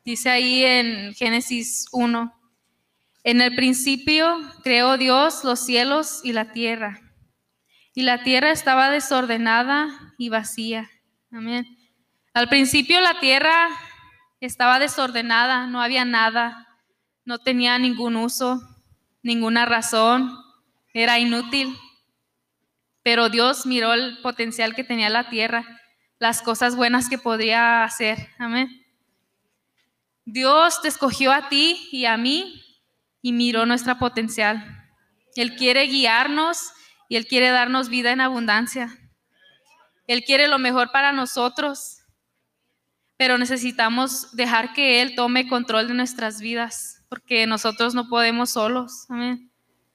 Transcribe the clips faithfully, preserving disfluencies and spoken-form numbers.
Dice ahí en Génesis uno, en el principio creó Dios los cielos y la tierra, y la tierra estaba desordenada y vacía. Amén. Al principio la tierra estaba desordenada, no había nada, no tenía ningún uso, ninguna razón, era inútil. Pero Dios miró el potencial que tenía la tierra, las cosas buenas que podría hacer. Amén. Dios te escogió a ti y a mí y miró nuestra potencial. Él quiere guiarnos y Él quiere darnos vida en abundancia. Él quiere lo mejor para nosotros, pero necesitamos dejar que Él tome control de nuestras vidas, porque nosotros no podemos solos. Amén.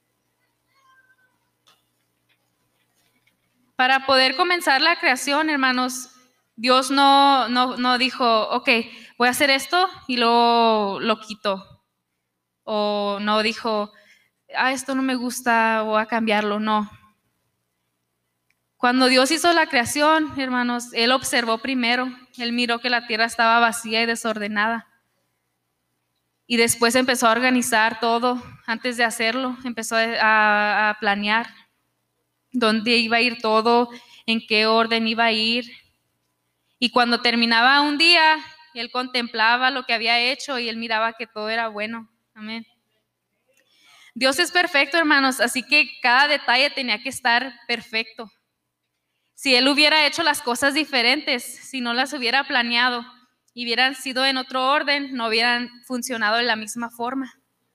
Para poder comenzar la creación, hermanos, Dios no, no, no dijo, ok, voy a hacer esto y luego lo quito. O no dijo, ah, esto no me gusta, voy a cambiarlo. No. Cuando Dios hizo la creación, hermanos, Él observó primero. Él miró que la tierra estaba vacía y desordenada. Y después empezó a organizar todo. Antes de hacerlo, empezó a, a planear dónde iba a ir todo, en qué orden iba a ir. Y cuando terminaba un día, Él contemplaba lo que había hecho y Él miraba que todo era bueno. Amén. Dios es perfecto, hermanos, así que cada detalle tenía que estar perfecto. Si Él hubiera hecho las cosas diferentes, si no las hubiera planeado y hubieran sido en otro orden, no hubieran funcionado de la misma forma.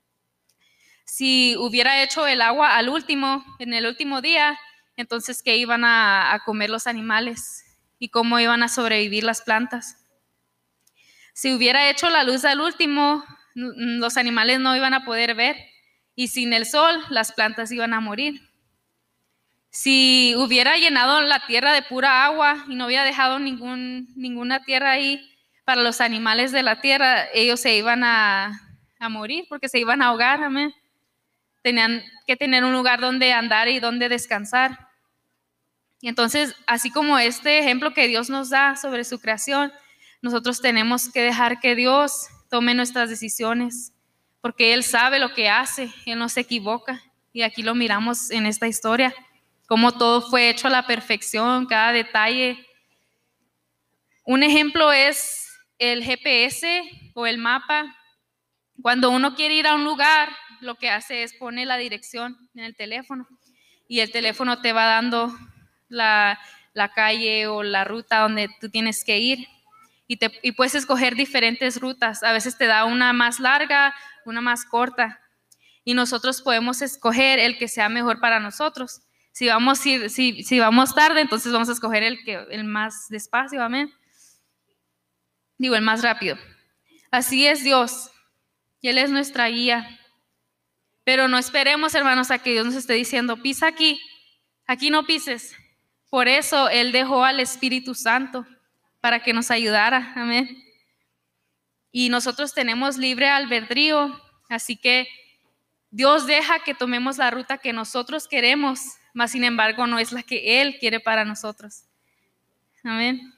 Si hubiera hecho el agua al último, en el último día, entonces ¿qué iban a, a comer los animales? ¿Y cómo iban a sobrevivir las plantas? Si hubiera hecho la luz al último, los animales no iban a poder ver. Y sin el sol, las plantas iban a morir. Si hubiera llenado la tierra de pura agua y no hubiera dejado ningún, ninguna tierra ahí para los animales de la tierra, ellos se iban a, a morir porque se iban a ahogar. Amén. Tenían que tener un lugar donde andar y donde descansar. Y entonces, así como este ejemplo que Dios nos da sobre su creación, nosotros tenemos que dejar que Dios tome nuestras decisiones, porque Él sabe lo que hace, Él no se equivoca. Y aquí lo miramos en esta historia, cómo todo fue hecho a la perfección, cada detalle. Un ejemplo es el G P S o el mapa. Cuando uno quiere ir a un lugar, lo que hace es poner la dirección en el teléfono y el teléfono te va dando la, la calle o la ruta donde tú tienes que ir. Y, te, y puedes escoger diferentes rutas. A veces te da una más larga, una más corta. Y nosotros podemos escoger el que sea mejor para nosotros. Si vamos, si, si, si vamos tarde, entonces vamos a escoger el, que, el más despacio, amén. Digo, el más rápido. Así es Dios. Y Él es nuestra guía. Pero no esperemos, hermanos, a que Dios nos esté diciendo, pisa aquí, aquí no pises. Por eso Él dejó al Espíritu Santo, para que nos ayudara, amén. Y nosotros tenemos libre albedrío, así que Dios deja que tomemos la ruta que nosotros queremos, mas sin embargo no es la que Él quiere para nosotros. Amén.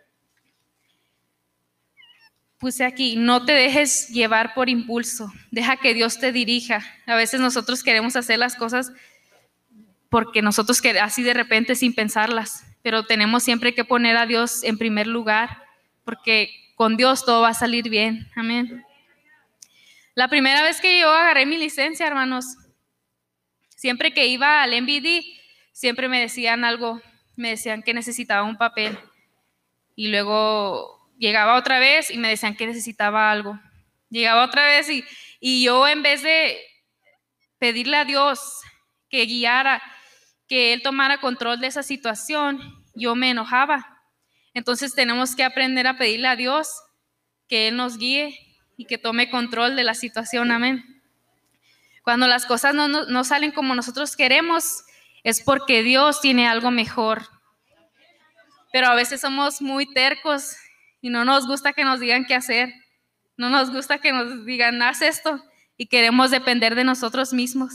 Puse aquí, no te dejes llevar por impulso, deja que Dios te dirija. A veces nosotros queremos hacer las cosas porque nosotros queremos, así de repente sin pensarlas, pero tenemos siempre que poner a Dios en primer lugar, porque con Dios todo va a salir bien. Amén. La primera vez que yo agarré mi licencia, hermanos, siempre que iba al M V D, siempre me decían algo, me decían que necesitaba un papel. Y luego llegaba otra vez y me decían que necesitaba algo. Llegaba otra vez y, y yo en vez de pedirle a Dios que guiara, que Él tomara control de esa situación, yo me enojaba. Entonces tenemos que aprender a pedirle a Dios que Él nos guíe y que tome control de la situación. Amén. Cuando las cosas no, no, no salen como nosotros queremos, es porque Dios tiene algo mejor. Pero a veces somos muy tercos y no nos gusta que nos digan qué hacer. No nos gusta que nos digan, haz esto, y queremos depender de nosotros mismos.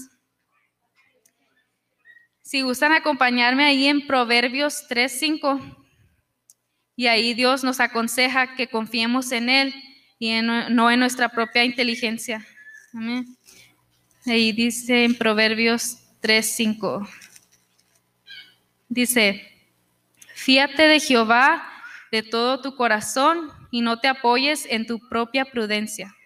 Si gustan acompañarme ahí en Proverbios tres cinco, y ahí Dios nos aconseja que confiemos en Él y en, no en nuestra propia inteligencia. Amén. Ahí dice en Proverbios tres, cinco. Dice, fíate de Jehová de todo tu corazón y no te apoyes en tu propia prudencia.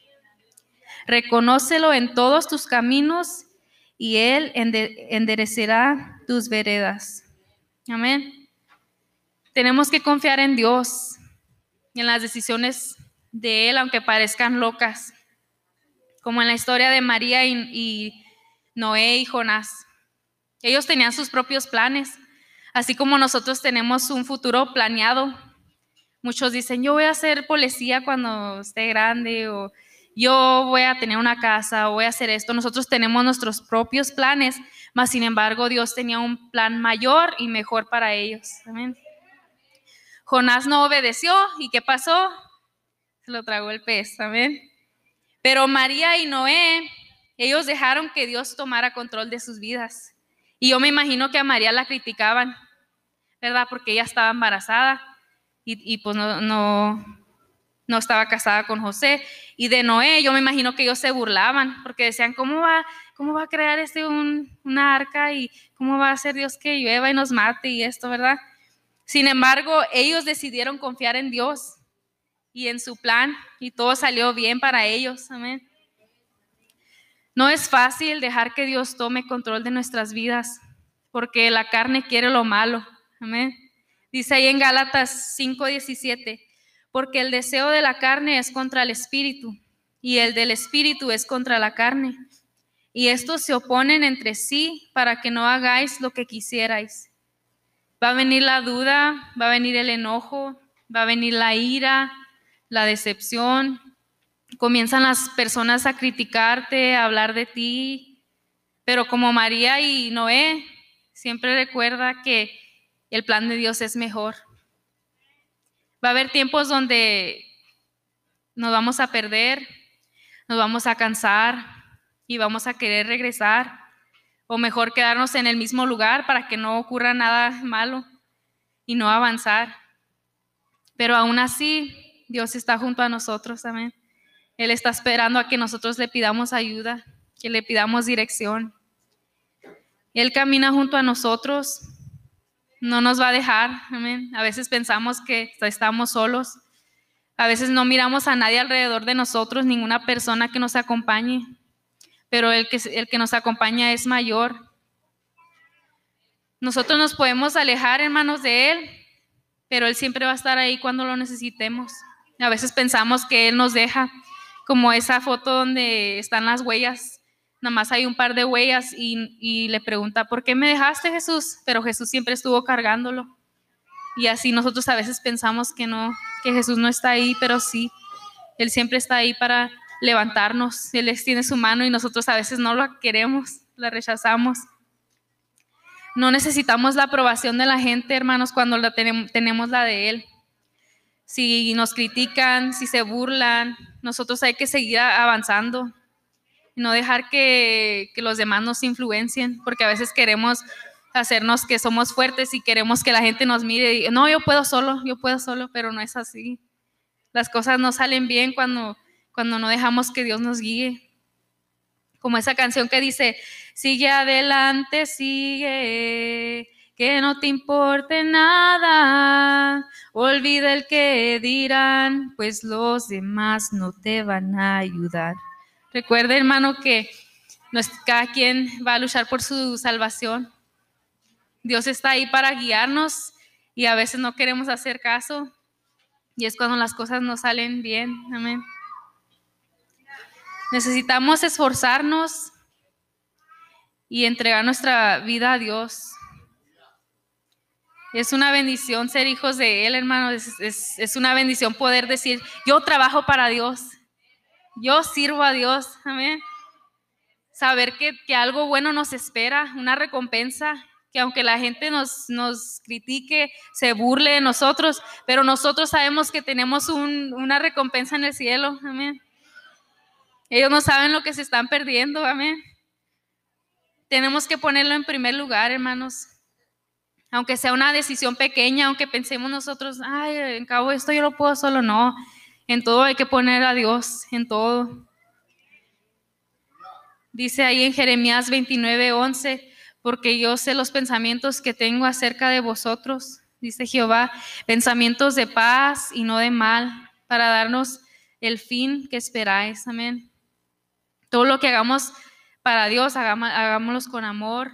Reconócelo en todos tus caminos y Él enderecerá tus veredas. Amén. Tenemos que confiar en Dios y en las decisiones de Él, aunque parezcan locas, como en la historia de María y, y Noé y Jonás. Ellos tenían sus propios planes, así como nosotros tenemos un futuro planeado. Muchos dicen, yo voy a ser policía cuando esté grande, o yo voy a tener una casa, o voy a hacer esto. Nosotros tenemos nuestros propios planes, mas sin embargo Dios tenía un plan mayor y mejor para ellos. Amén. Jonás no obedeció, ¿y qué pasó? Se lo tragó el pez. Amén. Pero María y Noé, ellos dejaron que Dios tomara control de sus vidas. Y yo me imagino que a María la criticaban, ¿verdad? Porque ella estaba embarazada y, y pues no, no, no estaba casada con José. Y de Noé, yo me imagino que ellos se burlaban, porque decían, ¿cómo va, cómo va a crear este un, una arca? ¿Y cómo va a hacer Dios que llueva y nos mate y esto, verdad? Sin embargo, ellos decidieron confiar en Dios y en su plan, y todo salió bien para ellos. Amén. No es fácil dejar que Dios tome control de nuestras vidas, porque la carne quiere lo malo. Amén. Dice ahí en Gálatas cinco diecisiete, porque el deseo de la carne es contra el espíritu, y el del espíritu es contra la carne, y estos se oponen entre sí para que no hagáis lo que quisierais. Va a venir la duda, va a venir el enojo, va a venir la ira, la decepción. Comienzan las personas a criticarte, a hablar de ti, pero como María y Noé, siempre recuerda que el plan de Dios es mejor. Va a haber tiempos donde nos vamos a perder, nos vamos a cansar y vamos a querer regresar, o mejor quedarnos en el mismo lugar para que no ocurra nada malo y no avanzar. Pero aún así, Dios está junto a nosotros, amén. Él está esperando a que nosotros le pidamos ayuda, que le pidamos dirección. Él camina junto a nosotros, no nos va a dejar, amén. A veces pensamos que estamos solos, a veces no miramos a nadie alrededor de nosotros, ninguna persona que nos acompañe, pero el que, el que nos acompaña es mayor. Nosotros nos podemos alejar, hermanos, de Él, pero Él siempre va a estar ahí cuando lo necesitemos. A veces pensamos que Él nos deja, como esa foto donde están las huellas, nada más hay un par de huellas y, y le pregunta, ¿por qué me dejaste, Jesús? Pero Jesús siempre estuvo cargándolo. Y así nosotros a veces pensamos que no, que Jesús no está ahí, pero sí, Él siempre está ahí para levantarnos. Él extiende su mano y nosotros a veces no la queremos, la rechazamos. No necesitamos la aprobación de la gente, hermanos, cuando la tenemos, tenemos la de Él. Si nos critican, si se burlan, nosotros hay que seguir avanzando y no dejar que, que los demás nos influencien, porque a veces queremos hacernos que somos fuertes y queremos que la gente nos mire y no, yo puedo solo, yo puedo solo, pero no es así. Las cosas no salen bien cuando, cuando no dejamos que Dios nos guíe. Como esa canción que dice, sigue adelante, sigue, que no te importe nada, olvida el que dirán, pues los demás no te van a ayudar. Recuerda, hermano, que no es, cada quien va a luchar por su salvación. Dios está ahí para guiarnos y a veces no queremos hacer caso y es cuando las cosas no salen bien. Amén. Necesitamos esforzarnos y entregar nuestra vida a Dios. Es una bendición ser hijos de Él, hermano. Es, es, es una bendición poder decir, yo trabajo para Dios. Yo sirvo a Dios. Amén. Saber que, que algo bueno nos espera, una recompensa, que aunque la gente nos, nos critique, se burle de nosotros, pero nosotros sabemos que tenemos un, una recompensa en el cielo. Amén. Ellos no saben lo que se están perdiendo. Amén. Tenemos que ponerlo en primer lugar, hermanos. Aunque sea una decisión pequeña, aunque pensemos nosotros, ay, en cabo esto yo lo puedo solo, no. En todo hay que poner a Dios, en todo. Dice ahí en Jeremías veintinueve, once, porque yo sé los pensamientos que tengo acerca de vosotros, dice Jehová, pensamientos de paz y no de mal, para darnos el fin que esperáis. Amén. Todo lo que hagamos para Dios, hagámoslo con amor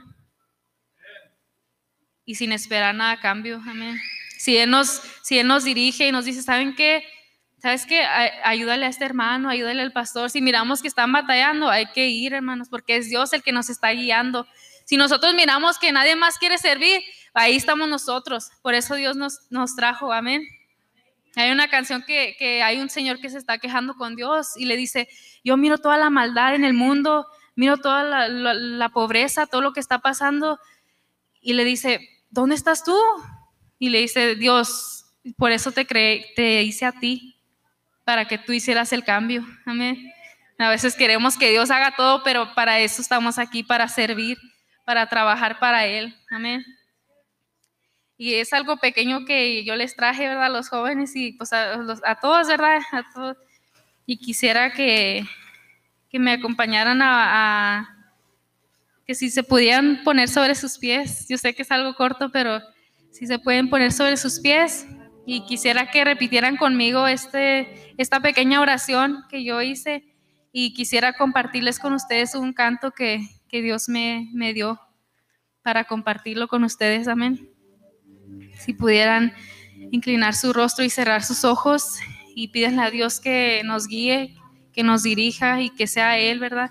y sin esperar nada a cambio. Amén. Si Él nos, si Él nos dirige y nos dice, ¿saben qué? ¿Sabes qué? Ayúdale a este hermano, ayúdale al pastor. Si miramos que están batallando, hay que ir, hermanos, porque es Dios el que nos está guiando. Si nosotros miramos que nadie más quiere servir, ahí estamos nosotros. Por eso Dios nos, nos trajo. Amén. Hay una canción que, que hay un señor que se está quejando con Dios y le dice, yo miro toda la maldad en el mundo, miro toda la, la, la pobreza, todo lo que está pasando. Y le dice, ¿dónde estás tú? Y le dice, Dios, por eso te creé, te hice a ti, para que tú hicieras el cambio. Amén. A veces queremos que Dios haga todo, pero para eso estamos aquí, para servir, para trabajar para Él. Amén. Y es algo pequeño que yo les traje, ¿verdad? A los jóvenes y pues a, los, a todos, ¿verdad? A todos. Y quisiera que, que me acompañaran a, a, que si se pudieran poner sobre sus pies. Yo sé que es algo corto, pero si se pueden poner sobre sus pies. Y quisiera que repitieran conmigo este, esta pequeña oración que yo hice. Y quisiera compartirles con ustedes un canto que, que Dios me, me dio para compartirlo con ustedes. Amén. Si pudieran inclinar su rostro y cerrar sus ojos y pídanle a Dios que nos guíe, que nos dirija y que sea Él, ¿verdad?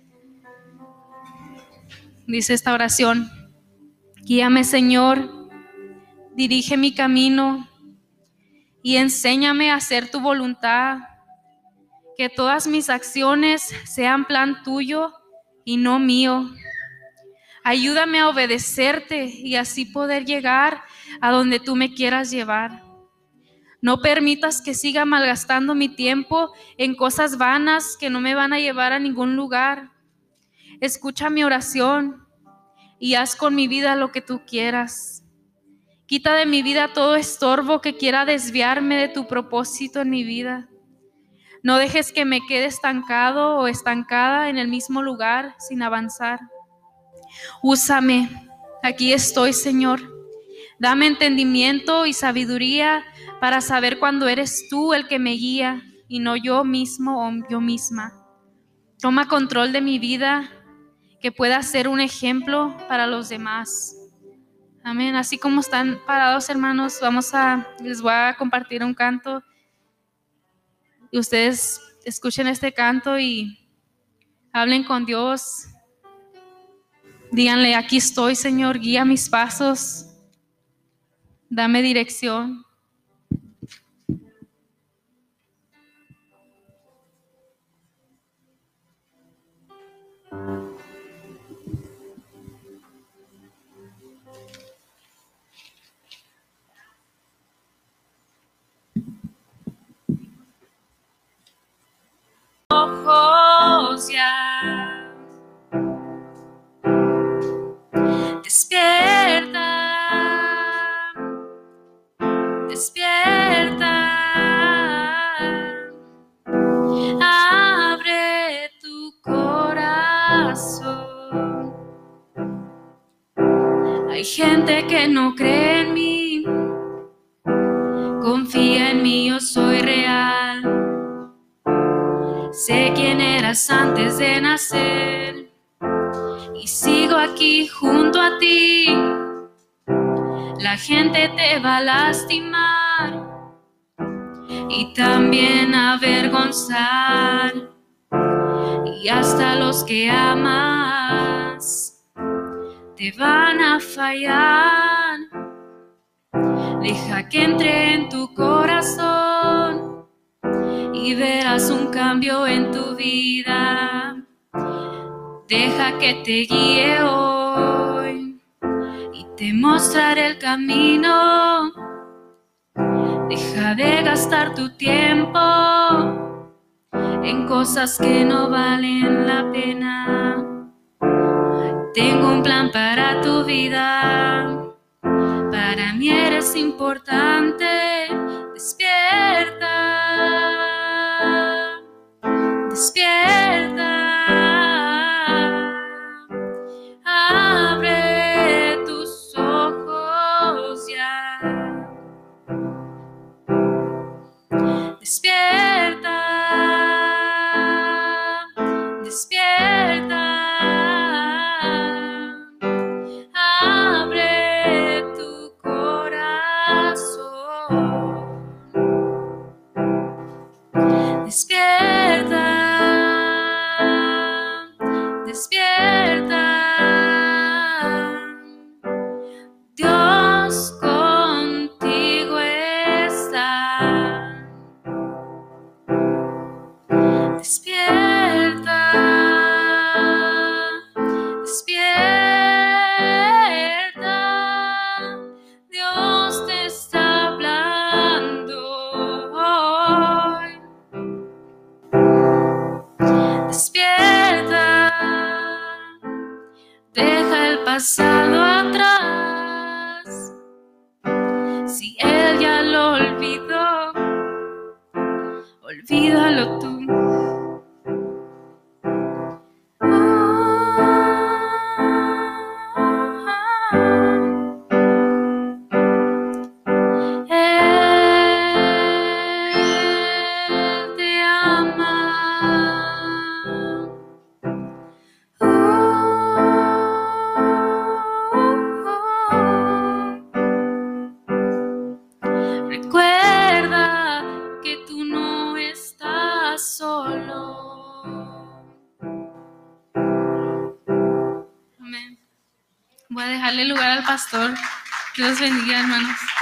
Dice esta oración: guíame, Señor, dirige mi camino y enséñame a hacer tu voluntad, que todas mis acciones sean plan tuyo y no mío. Ayúdame a obedecerte y así poder llegar a donde tú me quieras llevar. No permitas que siga malgastando mi tiempo en cosas vanas que no me van a llevar a ningún lugar. Escucha mi oración y haz con mi vida lo que tú quieras. Quita de mi vida todo estorbo que quiera desviarme de tu propósito en mi vida. No dejes que me quede estancado o estancada en el mismo lugar sin avanzar. Úsame, aquí estoy, Señor. Dame entendimiento y sabiduría para saber cuándo eres tú el que me guía y no yo mismo o yo misma. Toma control de mi vida, que pueda ser un ejemplo para los demás. Amén. Así como están parados, hermanos, vamos a, les voy a compartir un canto y ustedes escuchen este canto y hablen con Dios. Díganle, aquí estoy, Señor, guía mis pasos, dame dirección. Ojos ya, despierta, despierta, abre tu corazón. Hay gente que no cree en mí, confía en mí, yo soy real. Sé quién eras antes de nacer y sigo aquí junto a ti. La gente te va a lastimar y también avergonzar, y hasta los que amas te van a fallar. Deja que entre en tu corazón y verás un cambio en tu vida. Deja que te guíe hoy y te mostraré el camino. Deja de gastar tu tiempo en cosas que no valen la pena. Tengo un plan para tu vida. Para mí eres importante. Despierta. pasado atrás, si Él ya lo olvidó, olvídalo tú. Él te ama. Recuerda que tú no estás solo. Amén. Voy a dejarle lugar al pastor. Dios bendiga, hermanos.